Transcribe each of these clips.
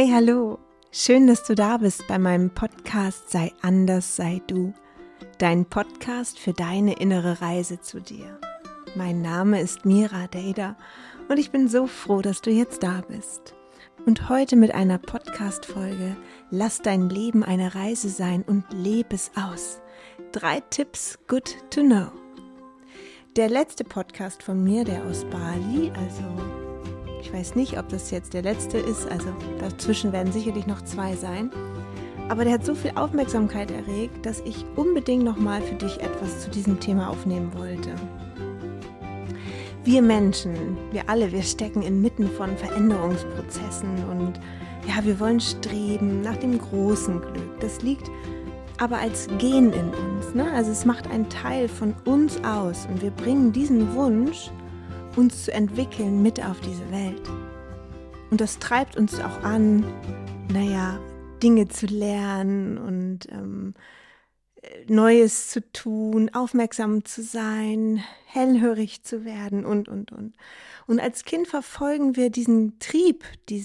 Hey, hallo! Schön, dass du da bist bei meinem Podcast Sei anders, sei du. Dein Podcast für deine innere Reise zu dir. Mein Name ist Mira Dejda und ich bin so froh, dass du jetzt da bist. Und heute mit einer Podcast-Folge Lass dein Leben eine Reise sein und lebe es aus. 3 Tipps good to know. Der letzte Podcast von mir, der aus Bali, also ich weiß nicht, ob das jetzt der letzte ist, also dazwischen werden sicherlich noch 2 sein, aber der hat so viel Aufmerksamkeit erregt, dass ich unbedingt nochmal für dich etwas zu diesem Thema aufnehmen wollte. Wir Menschen, wir stecken inmitten von Veränderungsprozessen und ja, wir wollen streben nach dem großen Glück. Das liegt aber als Gen in uns, ne? Also es macht einen Teil von uns aus und wir bringen diesen Wunsch, uns zu entwickeln, mit auf diese Welt. Und das treibt uns auch an, Dinge zu lernen und Neues zu tun, aufmerksam zu sein, hellhörig zu werden und. Und als Kind verfolgen wir diesen Trieb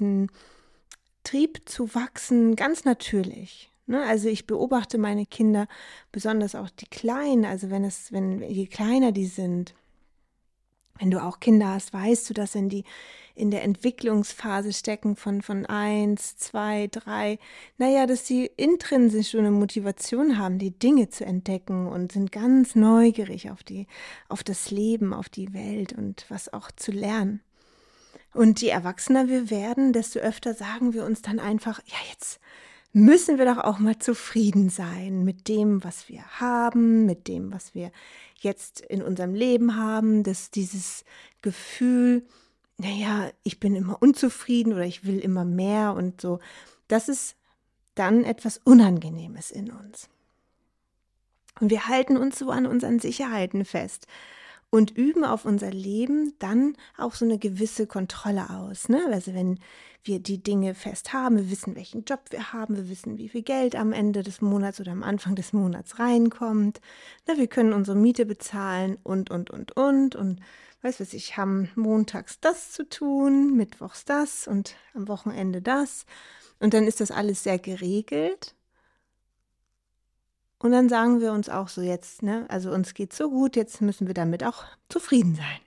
zu wachsen, ganz natürlich. Ne? Also ich beobachte meine Kinder, besonders auch die Kleinen, also je kleiner die sind. Wenn du auch Kinder hast, weißt du, dass die in der Entwicklungsphase stecken von 1, 2, 3, dass sie intrinsisch so eine Motivation haben, die Dinge zu entdecken und sind ganz neugierig auf das Leben, auf die Welt und was auch zu lernen. Und je erwachsener wir werden, desto öfter sagen wir uns dann einfach, ja, jetzt müssen wir doch auch mal zufrieden sein mit dem, was wir haben, mit dem, was wir jetzt in unserem Leben haben, dass dieses Gefühl, ich bin immer unzufrieden oder ich will immer mehr und so, das ist dann etwas Unangenehmes in uns. Und wir halten uns so an unseren Sicherheiten fest und üben auf unser Leben dann auch so eine gewisse Kontrolle aus. Ne? Also wenn wir die Dinge fest haben, wir wissen, welchen Job wir haben, wir wissen, wie viel Geld am Ende des Monats oder am Anfang des Monats reinkommt. Wir können unsere Miete bezahlen und haben montags das zu tun, mittwochs das und am Wochenende das. Und dann ist das alles sehr geregelt. Und dann sagen wir uns auch so jetzt, also uns geht's so gut, jetzt müssen wir damit auch zufrieden sein.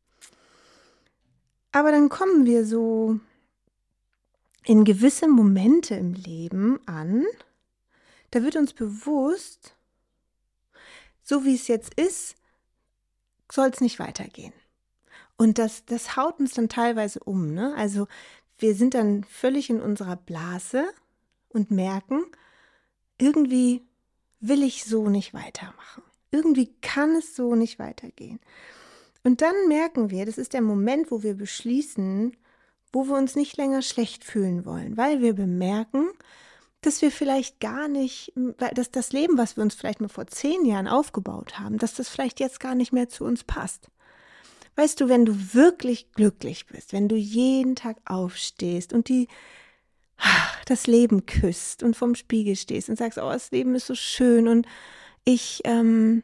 Aber dann kommen wir so in gewisse Momente im Leben an, da wird uns bewusst, so wie es jetzt ist, soll es nicht weitergehen. Und das haut uns dann teilweise um, ne? Also wir sind dann völlig in unserer Blase und merken, irgendwie will ich so nicht weitermachen. Irgendwie kann es so nicht weitergehen. Und dann merken wir, das ist der Moment, wo wir beschließen, wo wir uns nicht länger schlecht fühlen wollen, weil wir bemerken, dass wir vielleicht gar nicht, dass das Leben, was wir uns vielleicht mal vor 10 Jahren aufgebaut haben, dass das vielleicht jetzt gar nicht mehr zu uns passt. Weißt du, wenn du wirklich glücklich bist, wenn du jeden Tag aufstehst und das Leben küsst und vorm Spiegel stehst und sagst, oh, das Leben ist so schön und ich bin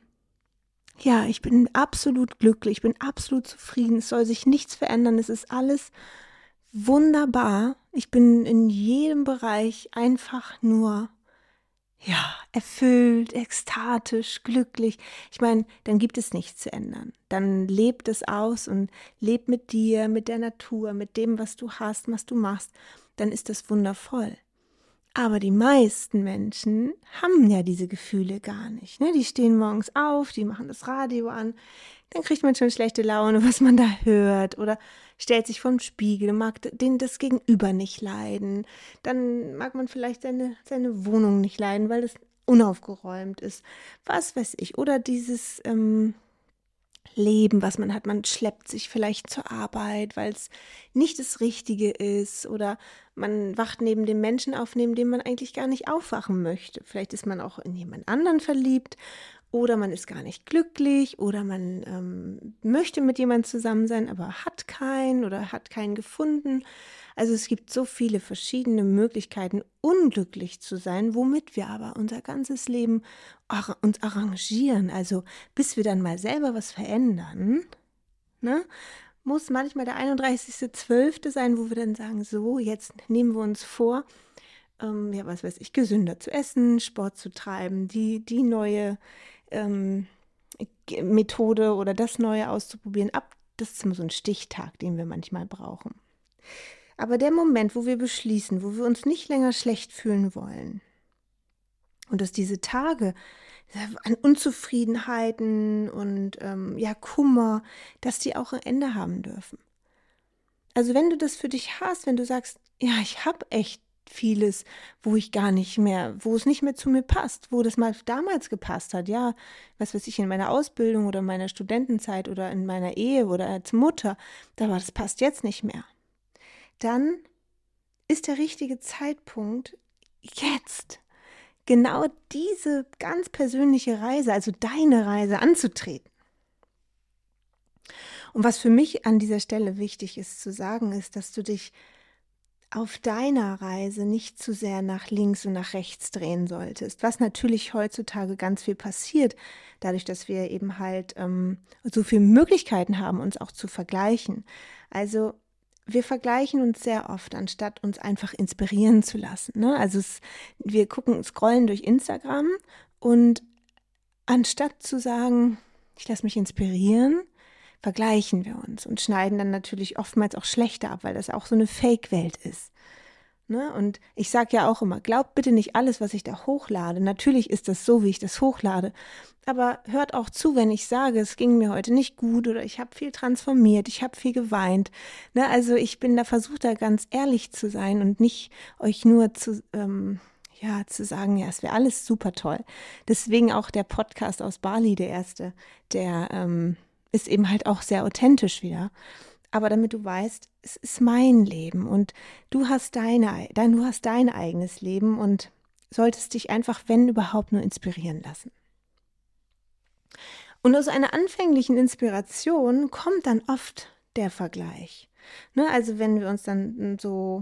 absolut glücklich, ich bin absolut zufrieden, es soll sich nichts verändern, es ist alles wunderbar. Ich bin in jedem Bereich einfach nur, erfüllt, ekstatisch, glücklich. Ich meine, dann gibt es nichts zu ändern. Dann lebt es aus und lebt mit dir, mit der Natur, mit dem, was du hast, was du machst. Dann ist das wundervoll. Aber die meisten Menschen haben ja diese Gefühle gar nicht. Ne? Die stehen morgens auf, die machen das Radio an, dann kriegt man schon schlechte Laune, was man da hört oder stellt sich vor den Spiegel, mag das Gegenüber nicht leiden. Dann mag man vielleicht seine Wohnung nicht leiden, weil das unaufgeräumt ist. Was weiß ich. Oder dieses Leben, was man hat. Man schleppt sich vielleicht zur Arbeit, weil es nicht das Richtige ist oder man wacht neben dem Menschen auf, neben dem man eigentlich gar nicht aufwachen möchte. Vielleicht ist man auch in jemand anderen verliebt oder man ist gar nicht glücklich oder man möchte mit jemandem zusammen sein, aber hat keinen oder hat keinen gefunden. Also es gibt so viele verschiedene Möglichkeiten, unglücklich zu sein, womit wir aber unser ganzes Leben uns arrangieren. Also bis wir dann mal selber was verändern, ne? muss manchmal der 31.12. sein, wo wir dann sagen, so, jetzt nehmen wir uns vor, ja, was weiß ich, gesünder zu essen, Sport zu treiben, die neue Methode oder das Neue auszuprobieren. Das ist immer so ein Stichtag, den wir manchmal brauchen. Aber der Moment, wo wir beschließen, wo wir uns nicht länger schlecht fühlen wollen und dass diese Tage an Unzufriedenheiten und ja, Kummer, dass die auch ein Ende haben dürfen. Also wenn du das für dich hast, wenn du sagst, ja, ich habe echt vieles, wo ich gar nicht mehr, wo es nicht mehr zu mir passt, wo das mal damals gepasst hat, ja, was weiß ich, in meiner Ausbildung oder meiner Studentenzeit oder in meiner Ehe oder als Mutter, aber das passt jetzt nicht mehr. Dann ist der richtige Zeitpunkt jetzt genau diese ganz persönliche Reise, also deine Reise anzutreten. Und was für mich an dieser Stelle wichtig ist zu sagen, ist, dass du dich auf deiner Reise nicht zu sehr nach links und nach rechts drehen solltest, was natürlich heutzutage ganz viel passiert, dadurch, dass wir eben halt so viele Möglichkeiten haben, uns auch zu vergleichen. Also wir vergleichen uns sehr oft, anstatt uns einfach inspirieren zu lassen. Ne? Also wir scrollen durch Instagram und anstatt zu sagen, ich lasse mich inspirieren, vergleichen wir uns und schneiden dann natürlich oftmals auch schlechter ab, weil das auch so eine Fake-Welt ist. Ne? Und ich sage ja auch immer, glaubt bitte nicht alles, was ich da hochlade. Natürlich ist das so, wie ich das hochlade. Aber hört auch zu, wenn ich sage, es ging mir heute nicht gut oder ich habe viel transformiert, ich habe viel geweint. Ne? Also ich bin da versucht, da ganz ehrlich zu sein und nicht euch nur zu sagen, ja, es wäre alles super toll. Deswegen auch der Podcast aus Bali, der erste, der ist eben halt auch sehr authentisch wieder. Aber damit du weißt, es ist mein Leben und du hast dein eigenes Leben und solltest dich einfach, wenn überhaupt, nur inspirieren lassen. Und aus einer anfänglichen Inspiration kommt dann oft der Vergleich. Ne? Also wenn wir uns dann so,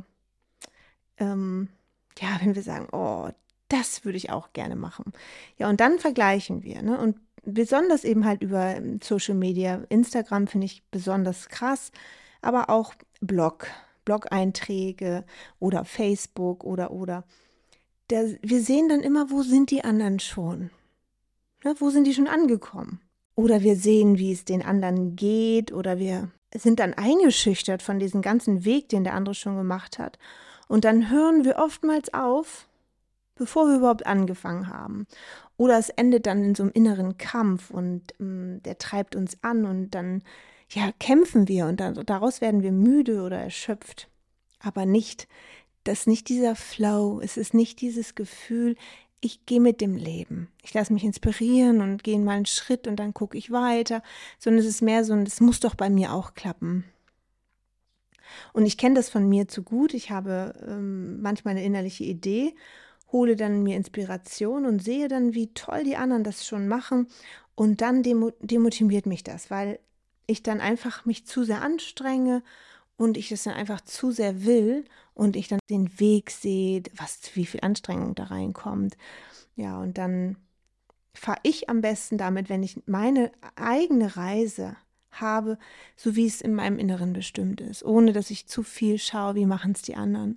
wenn wir sagen, oh, das würde ich auch gerne machen. Ja, und dann vergleichen wir. Ne? Und besonders eben halt über Social Media. Instagram finde ich besonders krass, aber auch Blog-Einträge oder Facebook oder. Wir sehen dann immer, wo sind die anderen schon? Ne, wo sind die schon angekommen? Oder wir sehen, wie es den anderen geht oder wir sind dann eingeschüchtert von diesem ganzen Weg, den der andere schon gemacht hat. Und dann hören wir oftmals auf, bevor wir überhaupt angefangen haben. Oder es endet dann in so einem inneren Kampf und der treibt uns an und dann kämpfen wir und daraus werden wir müde oder erschöpft. Aber das ist nicht dieser Flow, es ist nicht dieses Gefühl, ich gehe mit dem Leben. Ich lasse mich inspirieren und gehe mal einen Schritt und dann gucke ich weiter, sondern es ist mehr so, das muss doch bei mir auch klappen. Und ich kenne das von mir zu gut. Ich habe manchmal eine innerliche Idee, hole dann mir Inspiration und sehe dann, wie toll die anderen das schon machen und dann demotiviert mich das, weil ich dann einfach mich zu sehr anstrenge und ich das dann einfach zu sehr will und ich dann den Weg sehe, wie viel Anstrengung da reinkommt. Ja, und dann fahre ich am besten damit, wenn ich meine eigene Reise habe, so wie es in meinem Inneren bestimmt ist, ohne dass ich zu viel schaue, wie machen es die anderen.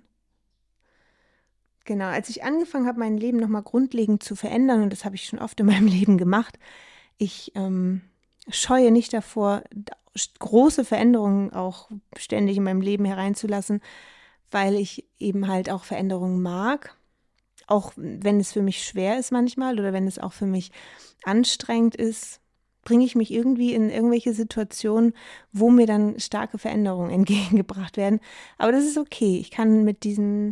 Genau, als ich angefangen habe, mein Leben nochmal grundlegend zu verändern, und das habe ich schon oft in meinem Leben gemacht, ich scheue nicht davor, große Veränderungen auch ständig in meinem Leben hereinzulassen, weil ich eben halt auch Veränderungen mag, auch wenn es für mich schwer ist manchmal oder wenn es auch für mich anstrengend ist, bringe ich mich irgendwie in irgendwelche Situationen, wo mir dann starke Veränderungen entgegengebracht werden. Aber das ist okay. Ich kann mit dieser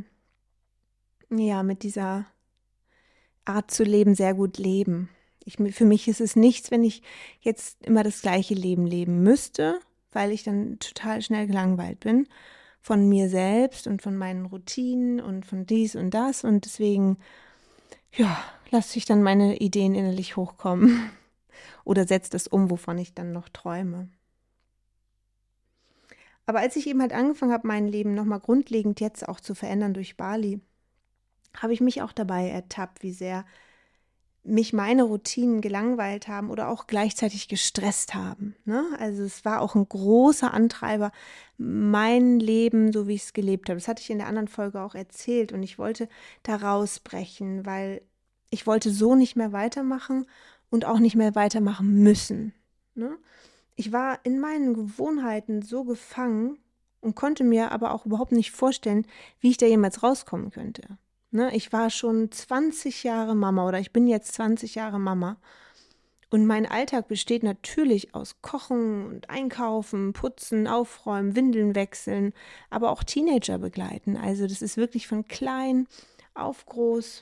Art zu leben sehr gut leben. Für mich ist es nichts, wenn ich jetzt immer das gleiche Leben leben müsste, weil ich dann total schnell gelangweilt bin von mir selbst und von meinen Routinen und von dies und das. Und deswegen, lasse ich dann meine Ideen innerlich hochkommen oder setze das um, wovon ich dann noch träume. Aber als ich eben halt angefangen habe, mein Leben nochmal grundlegend jetzt auch zu verändern durch Bali, habe ich mich auch dabei ertappt, wie sehr mich meine Routinen gelangweilt haben oder auch gleichzeitig gestresst haben. Ne? Also es war auch ein großer Antreiber, mein Leben, so wie ich es gelebt habe. Das hatte ich in der anderen Folge auch erzählt und ich wollte da rausbrechen, weil ich wollte so nicht mehr weitermachen und auch nicht mehr weitermachen müssen. Ne? Ich war in meinen Gewohnheiten so gefangen und konnte mir aber auch überhaupt nicht vorstellen, wie ich da jemals rauskommen könnte. Ne, ich war schon 20 Jahre Mama oder ich bin jetzt 20 Jahre Mama und mein Alltag besteht natürlich aus Kochen und Einkaufen, Putzen, Aufräumen, Windeln wechseln, aber auch Teenager begleiten. Also das ist wirklich von klein auf groß.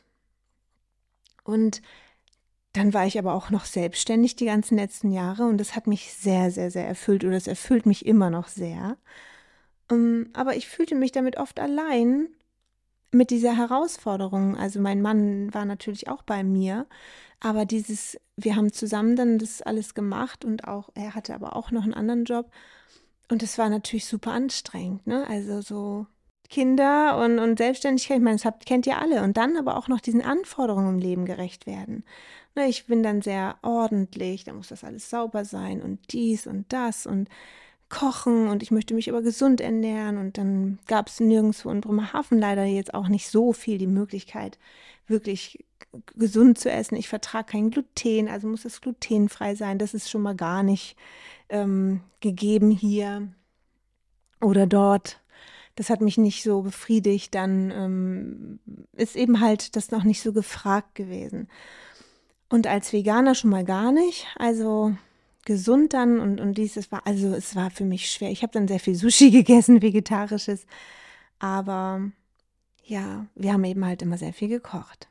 Und dann war ich aber auch noch selbstständig die ganzen letzten Jahre und das hat mich sehr, sehr, sehr erfüllt oder es erfüllt mich immer noch sehr. Aber ich fühlte mich damit oft allein mit dieser Herausforderung. Also mein Mann war natürlich auch bei mir, aber wir haben zusammen dann das alles gemacht und auch, er hatte aber auch noch einen anderen Job und es war natürlich super anstrengend, ne? Also so Kinder und Selbstständigkeit, ich meine, kennt ihr alle und dann aber auch noch diesen Anforderungen im Leben gerecht werden. Ne, ich bin dann sehr ordentlich, da muss das alles sauber sein und dies und das und kochen und ich möchte mich aber gesund ernähren und dann gab es nirgendwo in Bremerhaven leider jetzt auch nicht so viel die Möglichkeit, wirklich gesund zu essen. Ich vertrage kein Gluten, also muss es glutenfrei sein. Das ist schon mal gar nicht gegeben hier oder dort. Das hat mich nicht so befriedigt. Dann ist eben halt das noch nicht so gefragt gewesen. Und als Veganer schon mal gar nicht. Also gesund dann und es war für mich schwer. Ich habe dann sehr viel Sushi gegessen, vegetarisches, aber ja, wir haben eben halt immer sehr viel gekocht.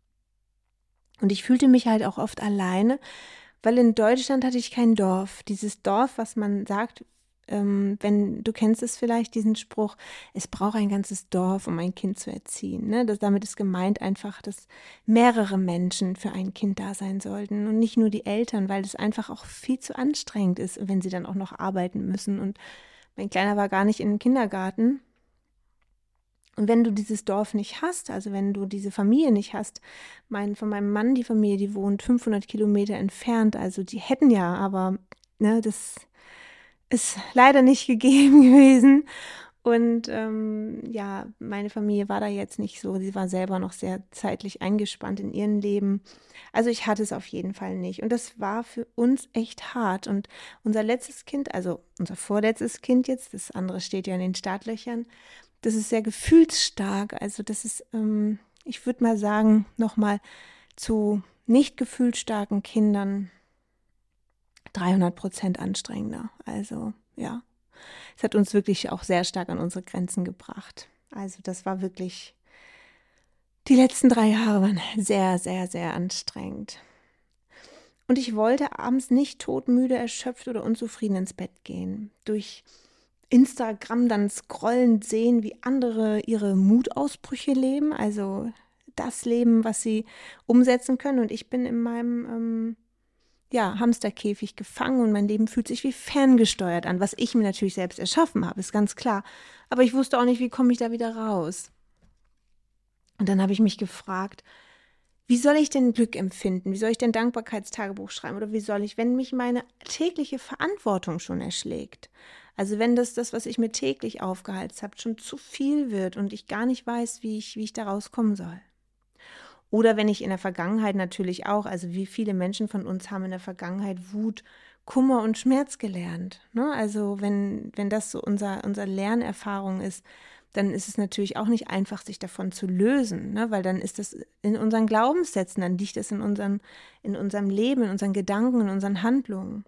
Und ich fühlte mich halt auch oft alleine, weil in Deutschland hatte ich kein Dorf. Dieses Dorf, was man sagt, wenn du kennst es vielleicht, diesen Spruch, es braucht ein ganzes Dorf, um ein Kind zu erziehen. Ne? Damit ist gemeint einfach, dass mehrere Menschen für ein Kind da sein sollten und nicht nur die Eltern, weil es einfach auch viel zu anstrengend ist, wenn sie dann auch noch arbeiten müssen. Und mein Kleiner war gar nicht in den Kindergarten. Und wenn du dieses Dorf nicht hast, also wenn du diese Familie nicht hast, von meinem Mann, die Familie, die wohnt 500 Kilometer entfernt, also die hätten ja, aber ne, das ist leider nicht gegeben gewesen. Und ja, meine Familie war da jetzt nicht so. Sie war selber noch sehr zeitlich eingespannt in ihrem Leben. Also ich hatte es auf jeden Fall nicht. Und das war für uns echt hart. Und unser letztes Kind, also unser vorletztes Kind jetzt, das andere steht ja in den Startlöchern, das ist sehr gefühlsstark. Also das ist, ich würde mal sagen, nochmal zu nicht gefühlsstarken Kindern 300% anstrengender. Also ja, es hat uns wirklich auch sehr stark an unsere Grenzen gebracht. Also das war wirklich, die letzten 3 Jahre waren sehr, sehr, sehr anstrengend. Und ich wollte abends nicht todmüde, erschöpft oder unzufrieden ins Bett gehen. Durch Instagram dann scrollend sehen, wie andere ihre Mutausbrüche leben, also das Leben, was sie umsetzen können. Und ich bin in meinem Hamsterkäfig gefangen und mein Leben fühlt sich wie ferngesteuert an, was ich mir natürlich selbst erschaffen habe, ist ganz klar. Aber ich wusste auch nicht, wie komme ich da wieder raus. Und dann habe ich mich gefragt, wie soll ich denn Glück empfinden? Wie soll ich denn Dankbarkeitstagebuch schreiben? Oder wie soll ich, wenn mich meine tägliche Verantwortung schon erschlägt? Also wenn das, was ich mir täglich aufgehalten habe, schon zu viel wird und ich gar nicht weiß, wie ich da rauskommen soll. Oder wenn ich in der Vergangenheit natürlich auch, also wie viele Menschen von uns haben in der Vergangenheit Wut, Kummer und Schmerz gelernt. Ne? Also wenn das so unsere Lernerfahrung ist, dann ist es natürlich auch nicht einfach, sich davon zu lösen, ne? Weil dann ist das in unseren Glaubenssätzen, dann liegt das in unserem Leben, in unseren Gedanken, in unseren Handlungen.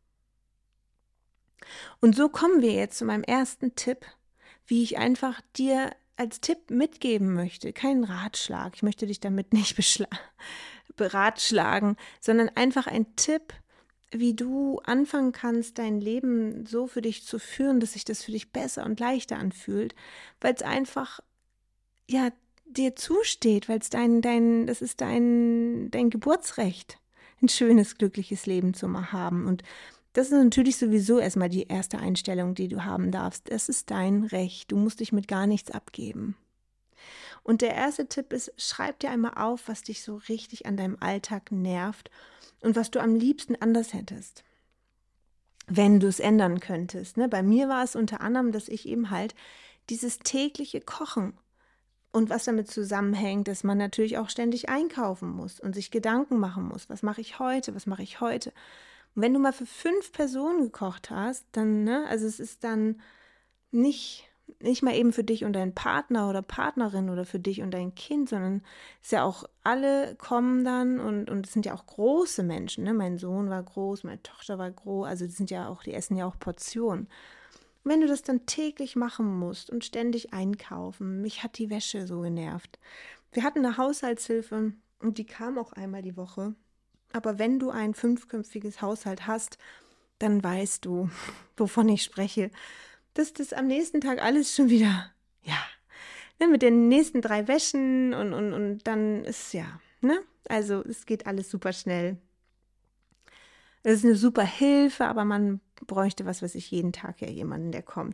Und so kommen wir jetzt zu meinem ersten Tipp, wie ich einfach dir als Tipp mitgeben möchte. Kein Ratschlag, ich möchte dich damit nicht beratschlagen, sondern einfach ein Tipp, wie du anfangen kannst, dein Leben so für dich zu führen, dass sich das für dich besser und leichter anfühlt, weil es einfach, ja, dir zusteht, weil es das ist dein Geburtsrecht, ein schönes, glückliches Leben zu haben. Und das ist natürlich sowieso erstmal die erste Einstellung, die du haben darfst. Es ist dein Recht. Du musst dich mit gar nichts abgeben. Und der erste Tipp ist, schreib dir einmal auf, was dich so richtig an deinem Alltag nervt und was du am liebsten anders hättest, wenn du es ändern könntest. Ne? Bei mir war es unter anderem, dass ich eben halt dieses tägliche Kochen und was damit zusammenhängt, dass man natürlich auch ständig einkaufen muss und sich Gedanken machen muss. Was mache ich heute? Was mache ich heute? Und wenn du mal für 5 Personen gekocht hast, dann, ne, also es ist dann nicht mal eben für dich und deinen Partner oder Partnerin oder für dich und dein Kind, sondern es ist ja auch, alle kommen dann und es sind ja auch große Menschen, ne? Mein Sohn war groß, meine Tochter war groß, also die essen ja auch Portionen. Und wenn du das dann täglich machen musst und ständig einkaufen, mich hat die Wäsche so genervt. Wir hatten eine Haushaltshilfe und die kam auch einmal die Woche. Aber wenn du ein 5-köpfiges Haushalt hast, dann weißt du, wovon ich spreche, dass das am nächsten Tag alles schon wieder, ja, ne, mit den nächsten 3 Wäschen und dann ist ja, ne? Also es geht alles super schnell. Es ist eine super Hilfe, aber man bräuchte, was weiß ich, jeden Tag ja jemanden, der kommt.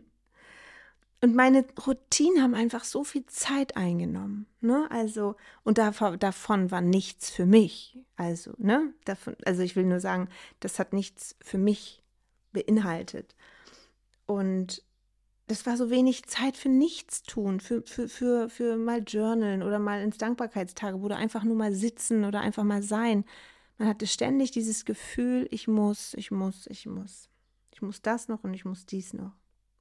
Und meine Routinen haben einfach so viel Zeit eingenommen, ne? Also, und davon war nichts für mich. Also, ne? Also ich will nur sagen, das hat nichts für mich beinhaltet. Und das war so wenig Zeit für nichts tun, für mal journalen oder mal ins Dankbarkeitstagebuch oder einfach nur mal sitzen oder einfach mal sein. Man hatte ständig dieses Gefühl, ich muss. Ich muss das noch und ich muss dies noch.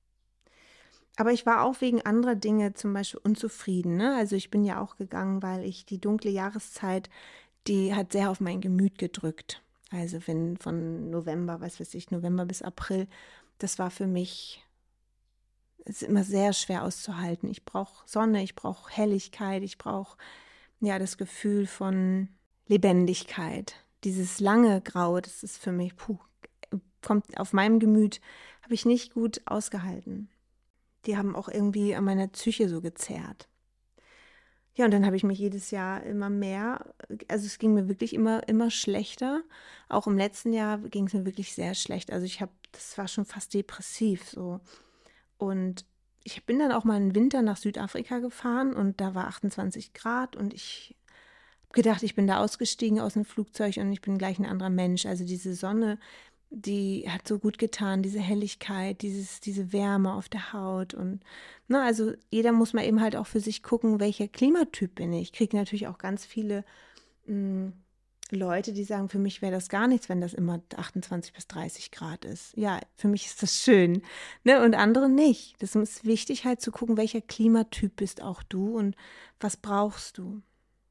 Aber ich war auch wegen anderer Dinge zum Beispiel unzufrieden. Ne? Also ich bin ja auch gegangen, weil ich die dunkle Jahreszeit, die hat sehr auf mein Gemüt gedrückt. Also wenn von November, November bis April, das war für mich, es ist immer sehr schwer auszuhalten. Ich brauche Sonne, ich brauche Helligkeit, ich brauche ja das Gefühl von Lebendigkeit. Dieses lange Graue, das ist für mich, kommt auf meinem Gemüt, habe ich nicht gut ausgehalten. Die haben auch irgendwie an meiner Psyche so gezerrt. Ja, und dann habe ich mich jedes Jahr immer mehr, also es ging mir wirklich immer schlechter. Auch im letzten Jahr ging es mir wirklich sehr schlecht. Also das war schon fast depressiv so. Und ich bin dann auch mal im Winter nach Südafrika gefahren und da war 28 Grad und ich habe gedacht, ich bin da ausgestiegen aus dem Flugzeug und ich bin gleich ein anderer Mensch. Also diese Sonne, die hat so gut getan, diese Helligkeit, diese Wärme auf der Haut und also jeder muss mal eben halt auch für sich gucken, welcher Klimatyp bin ich. Ich kriege natürlich auch ganz viele Leute, die sagen, für mich wäre das gar nichts, wenn das immer 28 bis 30 Grad ist. Ja, für mich ist das schön, ne? Und andere nicht. Das ist wichtig halt zu gucken, welcher Klimatyp bist auch du und was brauchst du.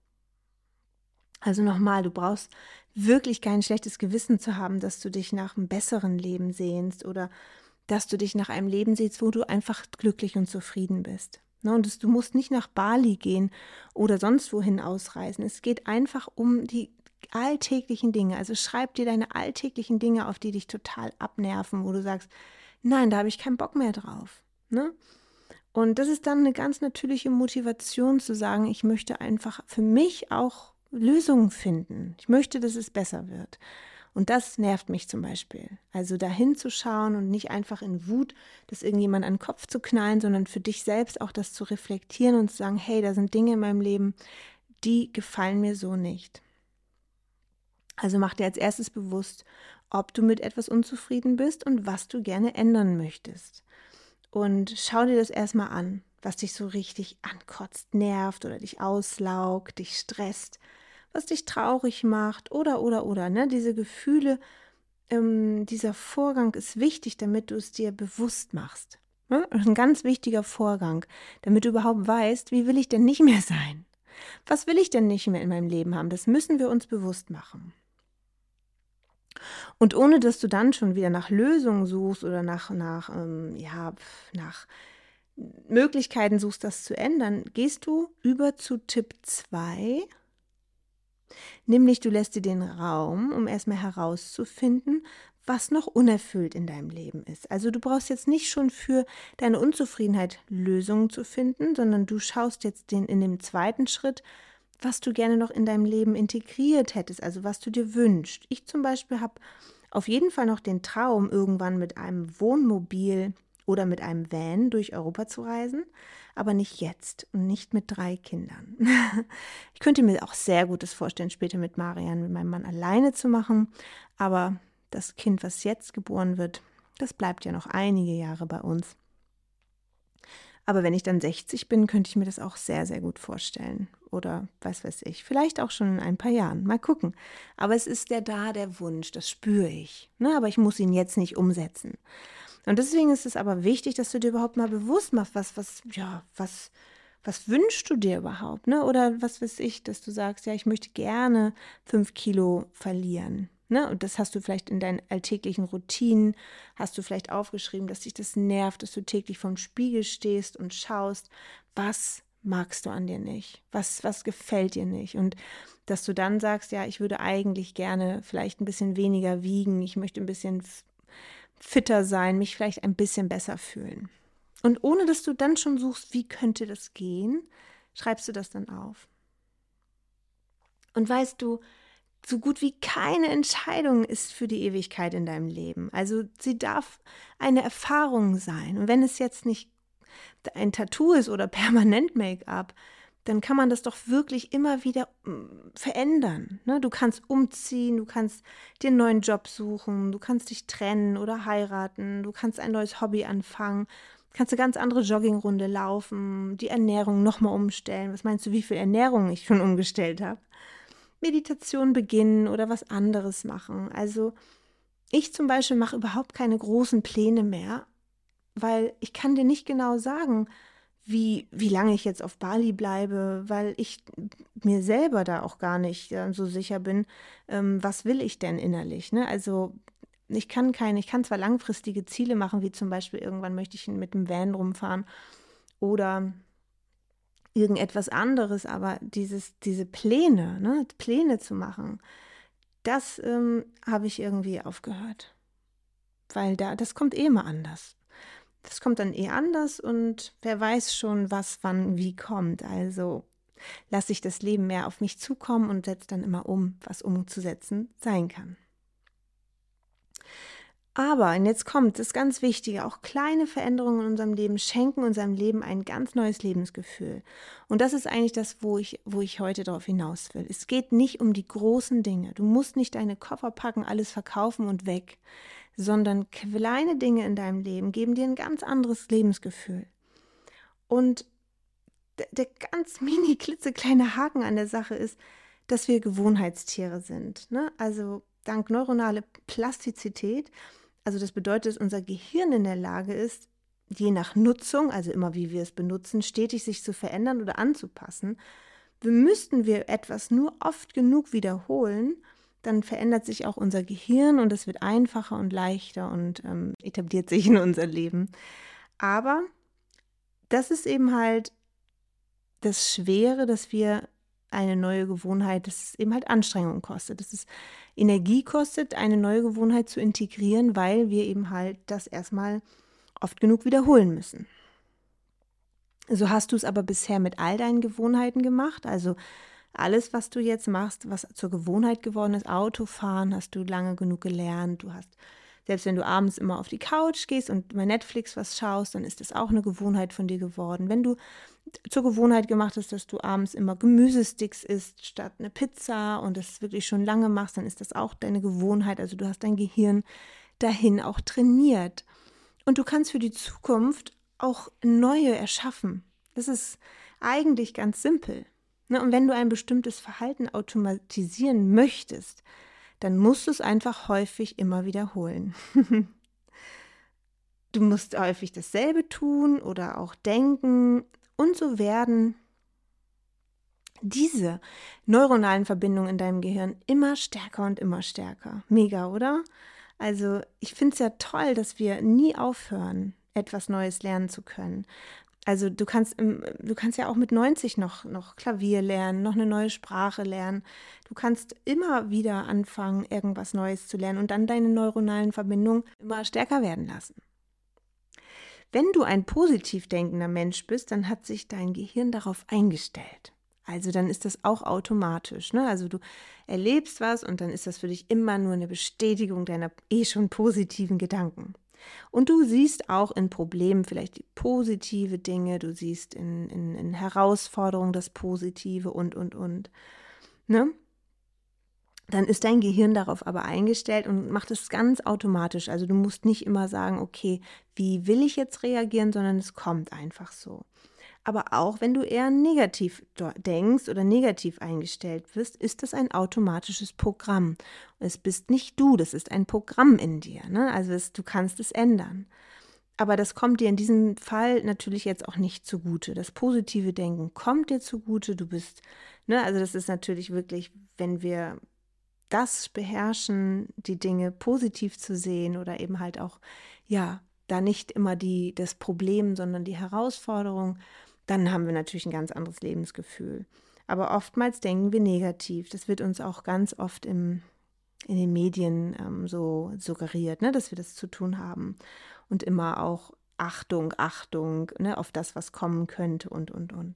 Also nochmal, du brauchst wirklich kein schlechtes Gewissen zu haben, dass du dich nach einem besseren Leben sehnst oder dass du dich nach einem Leben sehnst, wo du einfach glücklich und zufrieden bist. Und du musst nicht nach Bali gehen oder sonst wohin ausreisen. Es geht einfach um die alltäglichen Dinge. Also schreib dir deine alltäglichen Dinge auf, die dich total abnerven, wo du sagst, nein, da habe ich keinen Bock mehr drauf. Ne? Und das ist dann eine ganz natürliche Motivation zu sagen, ich möchte einfach für mich auch Lösungen finden. Ich möchte, dass es besser wird. Und das nervt mich zum Beispiel. Also dahin zu schauen und nicht einfach in Wut, das irgendjemand an den Kopf zu knallen, sondern für dich selbst auch das zu reflektieren und zu sagen, hey, da sind Dinge in meinem Leben, die gefallen mir so nicht. Also mach dir als erstes bewusst, ob du mit etwas unzufrieden bist und was du gerne ändern möchtest. Und schau dir das erstmal an, was dich so richtig ankotzt, nervt oder dich auslaugt, dich stresst, was dich traurig macht oder, ne? Diese Gefühle, dieser Vorgang ist wichtig, damit du es dir bewusst machst. Ne? Das ist ein ganz wichtiger Vorgang, damit du überhaupt weißt, wie will ich denn nicht mehr sein? Was will ich denn nicht mehr in meinem Leben haben? Das müssen wir uns bewusst machen. Und ohne, dass du dann schon wieder nach Lösungen suchst oder nach Möglichkeiten suchst, das zu ändern, gehst du über zu Tipp 2, nämlich du lässt dir den Raum, um erstmal herauszufinden, was noch unerfüllt in deinem Leben ist. Also du brauchst jetzt nicht schon für deine Unzufriedenheit Lösungen zu finden, sondern du schaust jetzt in dem zweiten Schritt, was du gerne noch in deinem Leben integriert hättest, also was du dir wünschst. Ich zum Beispiel habe auf jeden Fall noch den Traum, irgendwann mit einem Wohnmobil oder mit einem Van durch Europa zu reisen, aber nicht jetzt und nicht mit 3 Kindern. Ich könnte mir auch sehr gut das vorstellen, später mit Marian, mit meinem Mann alleine zu machen, aber das Kind, was jetzt geboren wird, das bleibt ja noch einige Jahre bei uns. Aber wenn ich dann 60 bin, könnte ich mir das auch sehr, sehr gut vorstellen. Oder was weiß ich, vielleicht auch schon in ein paar Jahren. Mal gucken. Aber es ist der Wunsch, das spüre ich. Ne? Aber ich muss ihn jetzt nicht umsetzen. Und deswegen ist es aber wichtig, dass du dir überhaupt mal bewusst machst, was wünschst du dir überhaupt? Ne? Oder was weiß ich, dass du sagst, ja, ich möchte gerne 5 Kilo verlieren. Ne? Und das hast du vielleicht in deinen alltäglichen Routinen, hast du vielleicht aufgeschrieben, dass dich das nervt, dass du täglich vorm Spiegel stehst und schaust, was magst du an dir nicht? Was gefällt dir nicht? Und dass du dann sagst, ja, ich würde eigentlich gerne vielleicht ein bisschen weniger wiegen, ich möchte ein bisschen fitter sein, mich vielleicht ein bisschen besser fühlen. Und ohne dass du dann schon suchst, wie könnte das gehen, schreibst du das dann auf. Und weißt du, so gut wie keine Entscheidung ist für die Ewigkeit in deinem Leben. Also sie darf eine Erfahrung sein. Und wenn es jetzt nicht ein Tattoo ist oder permanent Make-up, dann kann man das doch wirklich immer wieder verändern. Ne? Du kannst umziehen, du kannst dir einen neuen Job suchen, du kannst dich trennen oder heiraten, du kannst ein neues Hobby anfangen, kannst eine ganz andere Joggingrunde laufen, die Ernährung nochmal umstellen. Was meinst du, wie viel Ernährung ich schon umgestellt habe? Meditation beginnen oder was anderes machen. Also ich zum Beispiel mache überhaupt keine großen Pläne mehr, weil ich kann dir nicht genau sagen, wie lange ich jetzt auf Bali bleibe, weil ich mir selber da auch gar nicht so sicher bin, was will ich denn innerlich. Ne? Also ich kann zwar langfristige Ziele machen, wie zum Beispiel irgendwann möchte ich mit dem Van rumfahren oder irgendetwas anderes, aber diese Pläne, ne, Pläne zu machen, das habe ich irgendwie aufgehört. Weil das kommt eh immer anders. Das kommt dann eh anders und wer weiß schon, was wann wie kommt. Also lasse ich das Leben mehr auf mich zukommen und setze dann immer um, was umzusetzen sein kann. Aber, und jetzt kommt das ganz Wichtige, auch kleine Veränderungen in unserem Leben schenken unserem Leben ein ganz neues Lebensgefühl. Und das ist eigentlich das, wo ich heute darauf hinaus will. Es geht nicht um die großen Dinge. Du musst nicht deine Koffer packen, alles verkaufen und weg, sondern kleine Dinge in deinem Leben geben dir ein ganz anderes Lebensgefühl. Und der ganz mini klitzekleine Haken an der Sache ist, dass wir Gewohnheitstiere sind. Ne? Also dank neuronale Plastizität. Also das bedeutet, dass unser Gehirn in der Lage ist, je nach Nutzung, also immer wie wir es benutzen, stetig sich zu verändern oder anzupassen. Müssten wir etwas nur oft genug wiederholen, dann verändert sich auch unser Gehirn und es wird einfacher und leichter und etabliert sich in unser Leben. Aber das ist eben halt das Schwere, dass wir eine neue Gewohnheit, dass es eben halt Anstrengung kostet, dass es Energie kostet, eine neue Gewohnheit zu integrieren, weil wir eben halt das erstmal oft genug wiederholen müssen. So hast du es aber bisher mit all deinen Gewohnheiten gemacht, also alles, was du jetzt machst, was zur Gewohnheit geworden ist, Autofahren, hast du lange genug gelernt, du hast, selbst wenn du abends immer auf die Couch gehst und bei Netflix was schaust, dann ist das auch eine Gewohnheit von dir geworden. Wenn du zur Gewohnheit gemacht hast, dass du abends immer Gemüsesticks isst statt eine Pizza und das wirklich schon lange machst, dann ist das auch deine Gewohnheit. Also du hast dein Gehirn dahin auch trainiert. Und du kannst für die Zukunft auch neue erschaffen. Das ist eigentlich ganz simpel. Und wenn du ein bestimmtes Verhalten automatisieren möchtest, dann musst du es einfach häufig immer wiederholen. Du musst häufig dasselbe tun oder auch denken und so werden diese neuronalen Verbindungen in deinem Gehirn immer stärker und immer stärker. Mega, oder? Also ich finde es ja toll, dass wir nie aufhören, etwas Neues lernen zu können. Also du kannst ja auch mit 90 noch Klavier lernen, noch eine neue Sprache lernen. Du kannst immer wieder anfangen, irgendwas Neues zu lernen und dann deine neuronalen Verbindungen immer stärker werden lassen. Wenn du ein positiv denkender Mensch bist, dann hat sich dein Gehirn darauf eingestellt. Also dann ist das auch automatisch. Ne? Also du erlebst was und dann ist das für dich immer nur eine Bestätigung deiner schon positiven Gedanken. Und du siehst auch in Problemen vielleicht die positive Dinge, du siehst in Herausforderungen das Positive und. Ne? Dann ist dein Gehirn darauf aber eingestellt und macht es ganz automatisch. Also du musst nicht immer sagen, okay, wie will ich jetzt reagieren, sondern es kommt einfach so. Aber auch wenn du eher negativ denkst oder negativ eingestellt bist, ist das ein automatisches Programm. Es bist nicht du, das ist ein Programm in dir. Ne? Also du kannst es ändern. Aber das kommt dir in diesem Fall natürlich jetzt auch nicht zugute. Das positive Denken kommt dir zugute. Du bist, ne, also das ist natürlich wirklich, wenn wir das beherrschen, die Dinge positiv zu sehen oder eben halt auch, ja, da nicht immer das Problem, sondern die Herausforderung, dann haben wir natürlich ein ganz anderes Lebensgefühl. Aber oftmals denken wir negativ. Das wird uns auch ganz oft in den Medien so suggeriert, ne, dass wir das zu tun haben. Und immer auch Achtung, Achtung, ne, auf das, was kommen könnte und.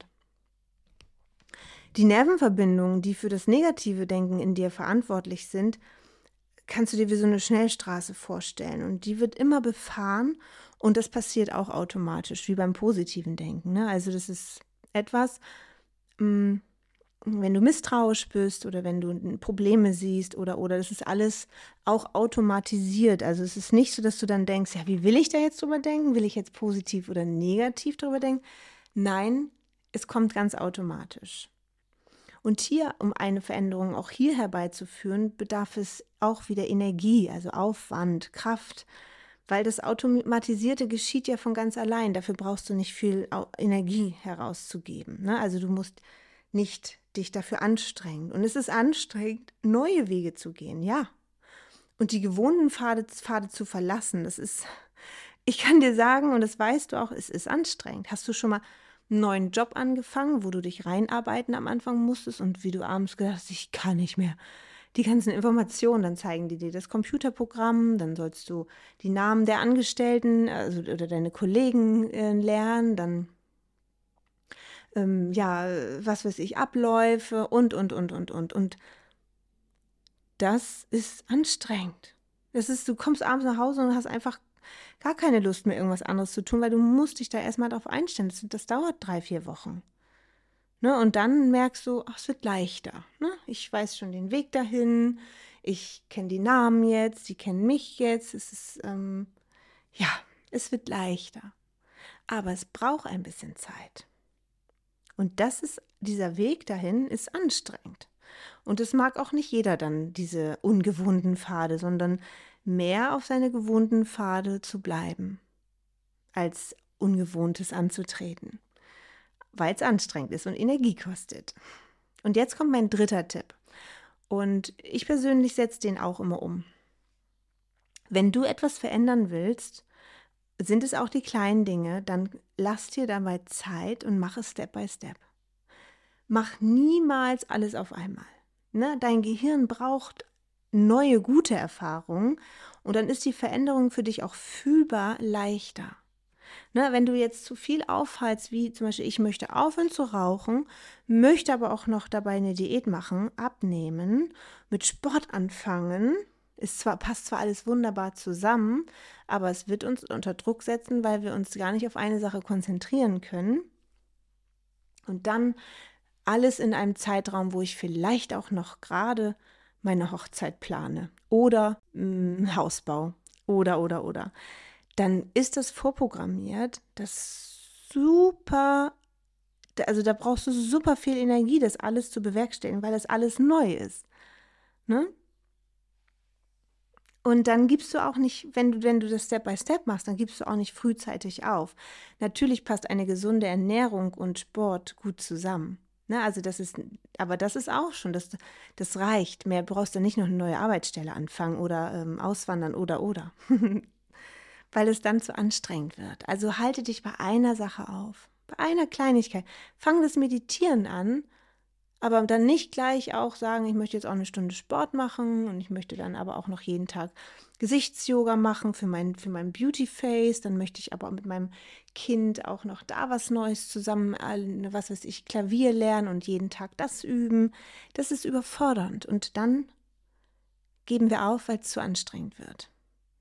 Die Nervenverbindungen, die für das negative Denken in dir verantwortlich sind, kannst du dir wie so eine Schnellstraße vorstellen. Und die wird immer befahren und das passiert auch automatisch, wie beim positiven Denken. Ne? Also das ist etwas, wenn du misstrauisch bist oder wenn du Probleme siehst oder das ist alles auch automatisiert. Also es ist nicht so, dass du dann denkst, ja, wie will ich da jetzt drüber denken? Will ich jetzt positiv oder negativ drüber denken? Nein, es kommt ganz automatisch. Und hier, um eine Veränderung auch hier herbeizuführen, bedarf es auch wieder Energie, also Aufwand, Kraft, weil das Automatisierte geschieht ja von ganz allein. Dafür brauchst du nicht viel Energie herauszugeben. Ne? Also du musst nicht dich dafür anstrengen. Und es ist anstrengend, neue Wege zu gehen, ja. Und die gewohnten Pfade zu verlassen, das ist, ich kann dir sagen, und das weißt du auch, es ist anstrengend. Hast du schon mal einen neuen Job angefangen, wo du dich reinarbeiten am Anfang musstest und wie du abends gedacht hast, ich kann nicht mehr. Die ganzen Informationen, dann zeigen die dir das Computerprogramm, dann sollst du die Namen der Angestellten oder deine Kollegen lernen, dann ja, was weiß ich, Abläufe und. Und das ist anstrengend. Du kommst abends nach Hause und hast einfach gar keine Lust mehr, irgendwas anderes zu tun, weil du musst dich da erstmal drauf einstellen. Das dauert 3-4 Wochen. Ne? Und dann merkst du, ach, es wird leichter. Ne? Ich weiß schon den Weg dahin, ich kenne die Namen jetzt, die kennen mich jetzt. Es ist, ja, es wird leichter. Aber es braucht ein bisschen Zeit. Und dieser Weg dahin ist anstrengend. Und es mag auch nicht jeder dann diese ungewohnten Pfade, sondern mehr auf seine gewohnten Pfade zu bleiben, als Ungewohntes anzutreten, weil es anstrengend ist und Energie kostet. Und jetzt kommt mein dritter Tipp. Und ich persönlich setze den auch immer um. Wenn du etwas verändern willst, sind es auch die kleinen Dinge, dann lass dir dabei Zeit und mach es Step by Step. Mach niemals alles auf einmal. Ne? Dein Gehirn braucht neue, gute Erfahrungen und dann ist die Veränderung für dich auch fühlbar leichter. Ne? Wenn du jetzt zu viel aufhalst, wie zum Beispiel, ich möchte aufhören zu rauchen, möchte aber auch noch dabei eine Diät machen, abnehmen, mit Sport anfangen, passt zwar alles wunderbar zusammen, aber es wird uns unter Druck setzen, weil wir uns gar nicht auf eine Sache konzentrieren können. Und dann alles in einem Zeitraum, wo ich vielleicht auch noch gerade meine Hochzeit plane oder Hausbau oder. Dann ist das vorprogrammiert, also da brauchst du super viel Energie, das alles zu bewerkstelligen, weil das alles neu ist. Ne? Und dann gibst du auch nicht, wenn du das Step by Step machst, dann gibst du auch nicht frühzeitig auf. Natürlich passt eine gesunde Ernährung und Sport gut zusammen. Ne, also das ist auch schon, das reicht. Mehr brauchst du nicht noch eine neue Arbeitsstelle anfangen oder auswandern oder. Weil es dann zu anstrengend wird. Also halte dich bei einer Sache auf, bei einer Kleinigkeit. Fang das Meditieren an, aber dann nicht gleich auch sagen, ich möchte jetzt auch eine Stunde Sport machen und ich möchte dann aber auch noch jeden Tag Gesichtsyoga machen für mein Beauty-Face. Dann möchte ich aber mit meinem Kind auch noch da was Neues zusammen, was weiß ich, Klavier lernen und jeden Tag das üben. Das ist überfordernd und dann geben wir auf, weil es zu anstrengend wird.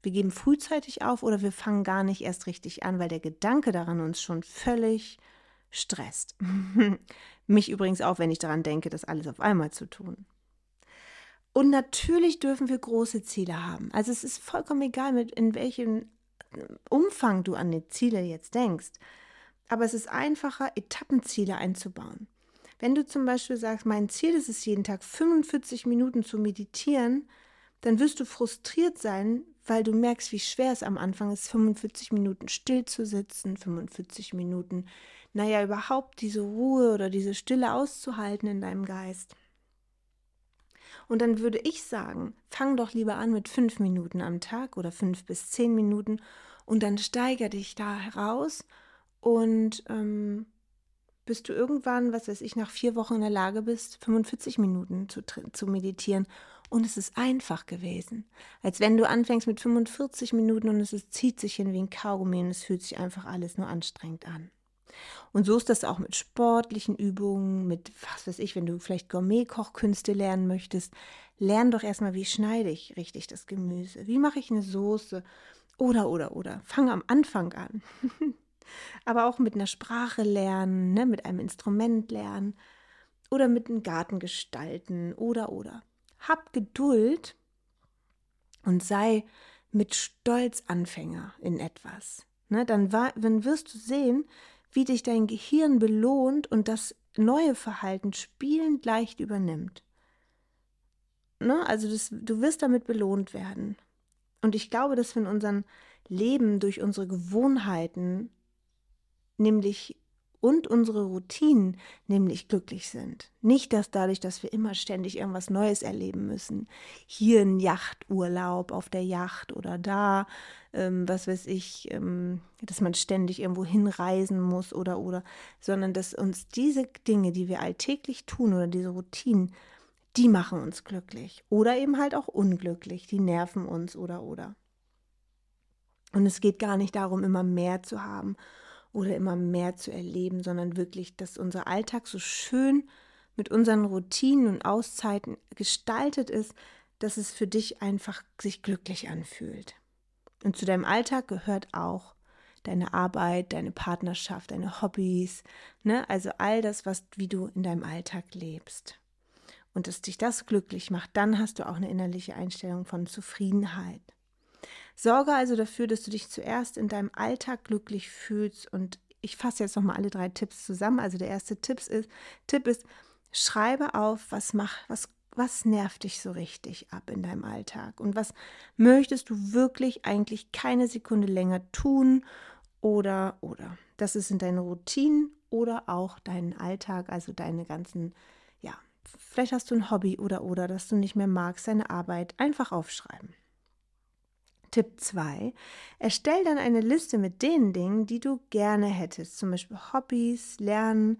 Wir geben frühzeitig auf oder wir fangen gar nicht erst richtig an, weil der Gedanke daran uns schon völlig stresst. Mich übrigens auch, wenn ich daran denke, das alles auf einmal zu tun. Und natürlich dürfen wir große Ziele haben. Also es ist vollkommen egal, in welchem Umfang du an die Ziele jetzt denkst. Aber es ist einfacher, Etappenziele einzubauen. Wenn du zum Beispiel sagst, mein Ziel ist es, jeden Tag 45 Minuten zu meditieren, dann wirst du frustriert sein, weil du merkst, wie schwer es am Anfang ist, 45 Minuten still zu sitzen, 45 Minuten, überhaupt diese Ruhe oder diese Stille auszuhalten in deinem Geist. Und dann würde ich sagen, fang doch lieber an mit 5 Minuten am Tag oder 5 bis 10 Minuten und dann steiger dich da heraus und bis du irgendwann, nach 4 Wochen in der Lage bist, 45 Minuten zu meditieren. Und es ist einfach gewesen. Als wenn du anfängst mit 45 Minuten und zieht sich hin wie ein Kaugummi und es fühlt sich einfach alles nur anstrengend an. Und so ist das auch mit sportlichen Übungen, mit, wenn du vielleicht Gourmet-Kochkünste lernen möchtest, lern doch erstmal, wie schneide ich richtig das Gemüse, wie mache ich eine Soße oder. Fang am Anfang an. Aber auch mit einer Sprache lernen, ne, mit einem Instrument lernen oder mit einem Garten gestalten oder. Hab Geduld und sei mit Stolz Anfänger in etwas. Ne, dann wirst du sehen, wie dich dein Gehirn belohnt und das neue Verhalten spielend leicht übernimmt. Ne, also du wirst damit belohnt werden. Und ich glaube, dass wir in unserem Leben durch unsere Gewohnheiten und unsere Routinen nämlich glücklich sind. Nicht, dass dadurch, dass wir immer ständig irgendwas Neues erleben müssen. Hier ein Yachturlaub auf der Yacht oder da, dass man ständig irgendwo hinreisen muss oder, sondern dass uns diese Dinge, die wir alltäglich tun oder diese Routinen, die machen uns glücklich oder eben halt auch unglücklich, die nerven uns oder. Und es geht gar nicht darum, immer mehr zu haben oder immer mehr zu erleben, sondern wirklich, dass unser Alltag so schön mit unseren Routinen und Auszeiten gestaltet ist, dass es für dich einfach sich glücklich anfühlt. Und zu deinem Alltag gehört auch deine Arbeit, deine Partnerschaft, deine Hobbys, ne? Also all das, wie du in deinem Alltag lebst. Und dass dich das glücklich macht, dann hast du auch eine innerliche Einstellung von Zufriedenheit. Sorge also dafür, dass du dich zuerst in deinem Alltag glücklich fühlst und ich fasse jetzt nochmal alle 3 Tipps zusammen. Also der erste Tipp ist, schreibe auf, was nervt dich so richtig ab in deinem Alltag und was möchtest du wirklich eigentlich keine Sekunde länger tun oder. Das ist in deinen Routinen oder auch deinen Alltag, also deine ganzen, vielleicht hast du ein Hobby oder, das du nicht mehr magst, deine Arbeit, einfach aufschreiben. Tipp 2, erstell dann eine Liste mit den Dingen, die du gerne hättest, zum Beispiel Hobbys, Lernen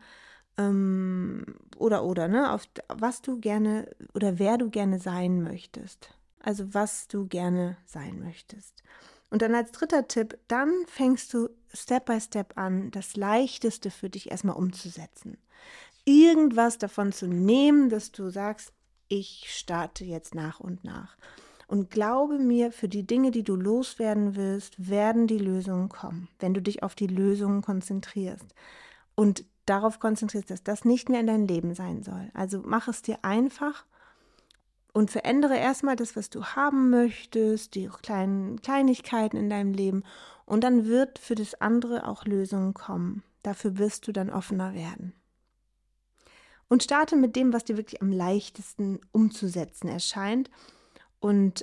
oder, ne, auf was du gerne oder wer du gerne sein möchtest. Also was du gerne sein möchtest. Und dann als 3. Tipp, dann fängst du Step by Step an, das Leichteste für dich erstmal umzusetzen. Irgendwas davon zu nehmen, dass du sagst, ich starte jetzt nach und nach. Und glaube mir, für die Dinge, die du loswerden willst, werden die Lösungen kommen, wenn du dich auf die Lösungen konzentrierst und darauf konzentrierst, dass das nicht mehr in dein Leben sein soll. Also mach es dir einfach und verändere erstmal das, was du haben möchtest, die kleinen Kleinigkeiten in deinem Leben und dann wird für das andere auch Lösungen kommen. Dafür wirst du dann offener werden. Und starte mit dem, was dir wirklich am leichtesten umzusetzen erscheint. Und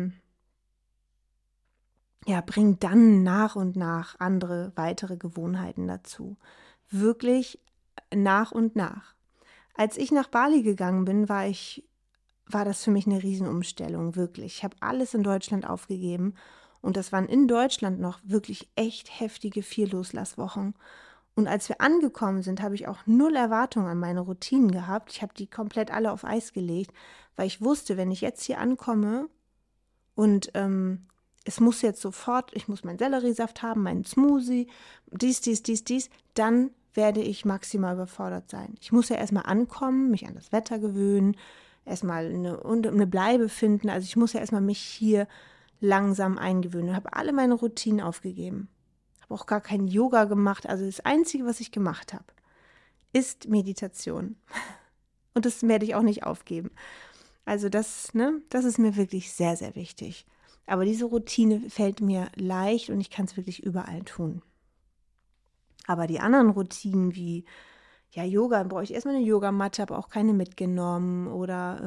bring dann nach und nach andere, weitere Gewohnheiten dazu. Wirklich nach und nach. Als ich nach Bali gegangen bin, war das für mich eine Riesenumstellung, wirklich. Ich habe alles in Deutschland aufgegeben und das waren in Deutschland noch wirklich echt heftige 4 Loslasswochen. Und als wir angekommen sind, habe ich auch 0 Erwartungen an meine Routinen gehabt. Ich habe die komplett alle auf Eis gelegt, weil ich wusste, wenn ich jetzt hier ankomme und es muss jetzt sofort, ich muss meinen Selleriesaft haben, meinen Smoothie, dies, dann werde ich maximal überfordert sein. Ich muss ja erstmal ankommen, mich an das Wetter gewöhnen, erstmal eine Bleibe finden. Also ich muss ja erstmal mich hier langsam eingewöhnt und habe alle meine Routinen aufgegeben. Habe auch gar kein Yoga gemacht. Also das Einzige, was ich gemacht habe, ist Meditation. Und das werde ich auch nicht aufgeben. Also das ist mir wirklich sehr, sehr wichtig. Aber diese Routine fällt mir leicht und ich kann es wirklich überall tun. Aber die anderen Routinen wie Yoga, brauche ich erstmal eine Yogamatte, habe auch keine mitgenommen oder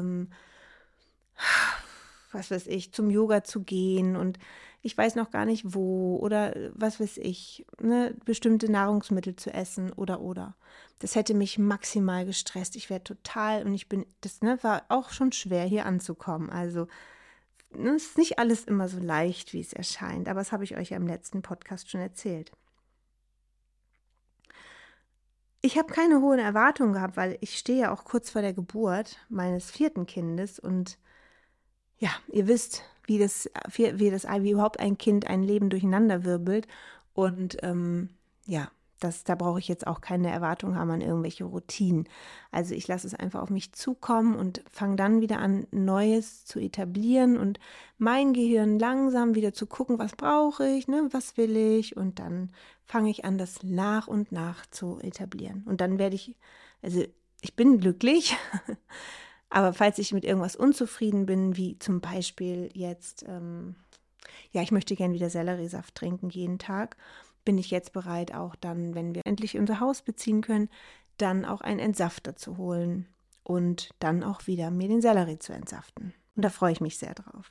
was weiß ich, zum Yoga zu gehen und ich weiß noch gar nicht wo oder was weiß ich, bestimmte Nahrungsmittel zu essen oder. Das hätte mich maximal gestresst. Ich wäre total und war auch schon schwer hier anzukommen. Also es ist nicht alles immer so leicht, wie es erscheint, aber das habe ich euch ja im letzten Podcast schon erzählt. Ich habe keine hohen Erwartungen gehabt, weil ich stehe ja auch kurz vor der Geburt meines 4. Kindes und ja, ihr wisst, wie überhaupt ein Kind ein Leben durcheinander wirbelt und da brauche ich jetzt auch keine Erwartung haben an irgendwelche Routinen. Also ich lasse es einfach auf mich zukommen und fange dann wieder an, Neues zu etablieren und mein Gehirn langsam wieder zu gucken, was brauche ich, was will ich und dann fange ich an, das nach und nach zu etablieren. Und dann ich bin glücklich, aber falls ich mit irgendwas unzufrieden bin, wie zum Beispiel jetzt, ich möchte gerne wieder Selleriesaft trinken jeden Tag, bin ich jetzt bereit, auch dann, wenn wir endlich unser Haus beziehen können, dann auch einen Entsafter zu holen und dann auch wieder mir den Sellerie zu entsaften. Und da freue ich mich sehr drauf.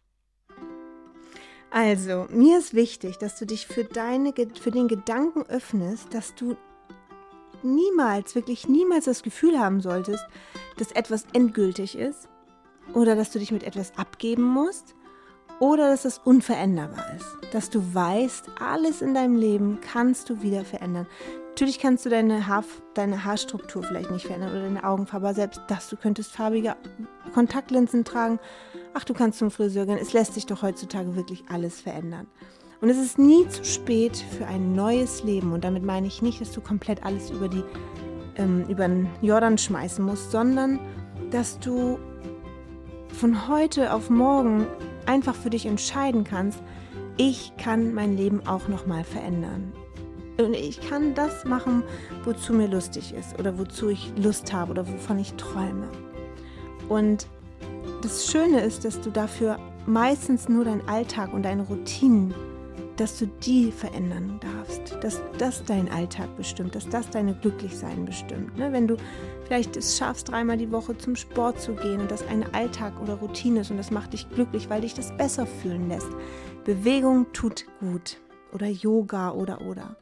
Also, mir ist wichtig, dass du dich für den Gedanken öffnest, dass du wirklich niemals das Gefühl haben solltest, dass etwas endgültig ist oder dass du dich mit etwas abgeben musst oder dass es unveränderbar ist. Dass du weißt, alles in deinem Leben kannst du wieder verändern. Natürlich kannst du deine Haarstruktur vielleicht nicht verändern oder deine Augenfarbe, aber selbst das, du könntest farbige Kontaktlinsen tragen. Ach, du kannst zum Friseur gehen. Es lässt sich doch heutzutage wirklich alles verändern. Und es ist nie zu spät für ein neues Leben. Und damit meine ich nicht, dass du komplett alles über den Jordan schmeißen musst, sondern dass du von heute auf morgen einfach für dich entscheiden kannst, ich kann mein Leben auch nochmal verändern. Und ich kann das machen, wozu mir lustig ist oder wozu ich Lust habe oder wovon ich träume. Und das Schöne ist, dass du dafür meistens nur deinen Alltag und deine Routinen, dass du die verändern darfst, dass das dein Alltag bestimmt, dass das deine Glücklichsein bestimmt. Wenn du vielleicht es schaffst, 3-mal die Woche zum Sport zu gehen und das ein Alltag oder Routine ist und das macht dich glücklich, weil dich das besser fühlen lässt. Bewegung tut gut oder Yoga oder.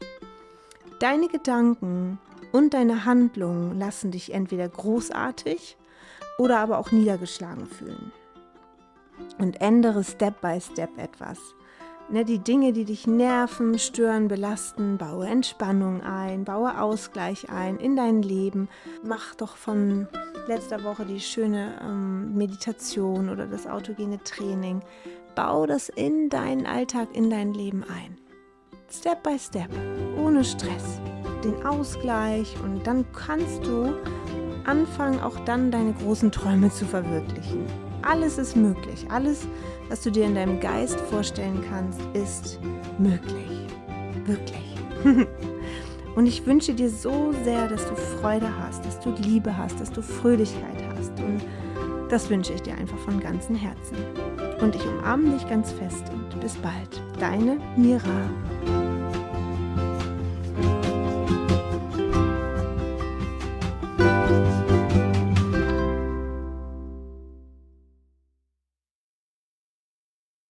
Deine Gedanken und deine Handlungen lassen dich entweder großartig oder aber auch niedergeschlagen fühlen. Und ändere Step by Step etwas. Die Dinge, die dich nerven, stören, belasten, baue Entspannung ein, baue Ausgleich ein in dein Leben. Mach doch von letzter Woche die schöne Meditation oder das autogene Training. Bau das in deinen Alltag, in dein Leben ein. Step by Step, ohne Stress, den Ausgleich und dann kannst du anfangen, auch dann deine großen Träume zu verwirklichen. Alles ist möglich. Alles, was du dir in deinem Geist vorstellen kannst, ist möglich. Wirklich. Und ich wünsche dir so sehr, dass du Freude hast, dass du Liebe hast, dass du Fröhlichkeit hast. Und das wünsche ich dir einfach von ganzem Herzen. Und ich umarme dich ganz fest und bis bald. Deine Mira.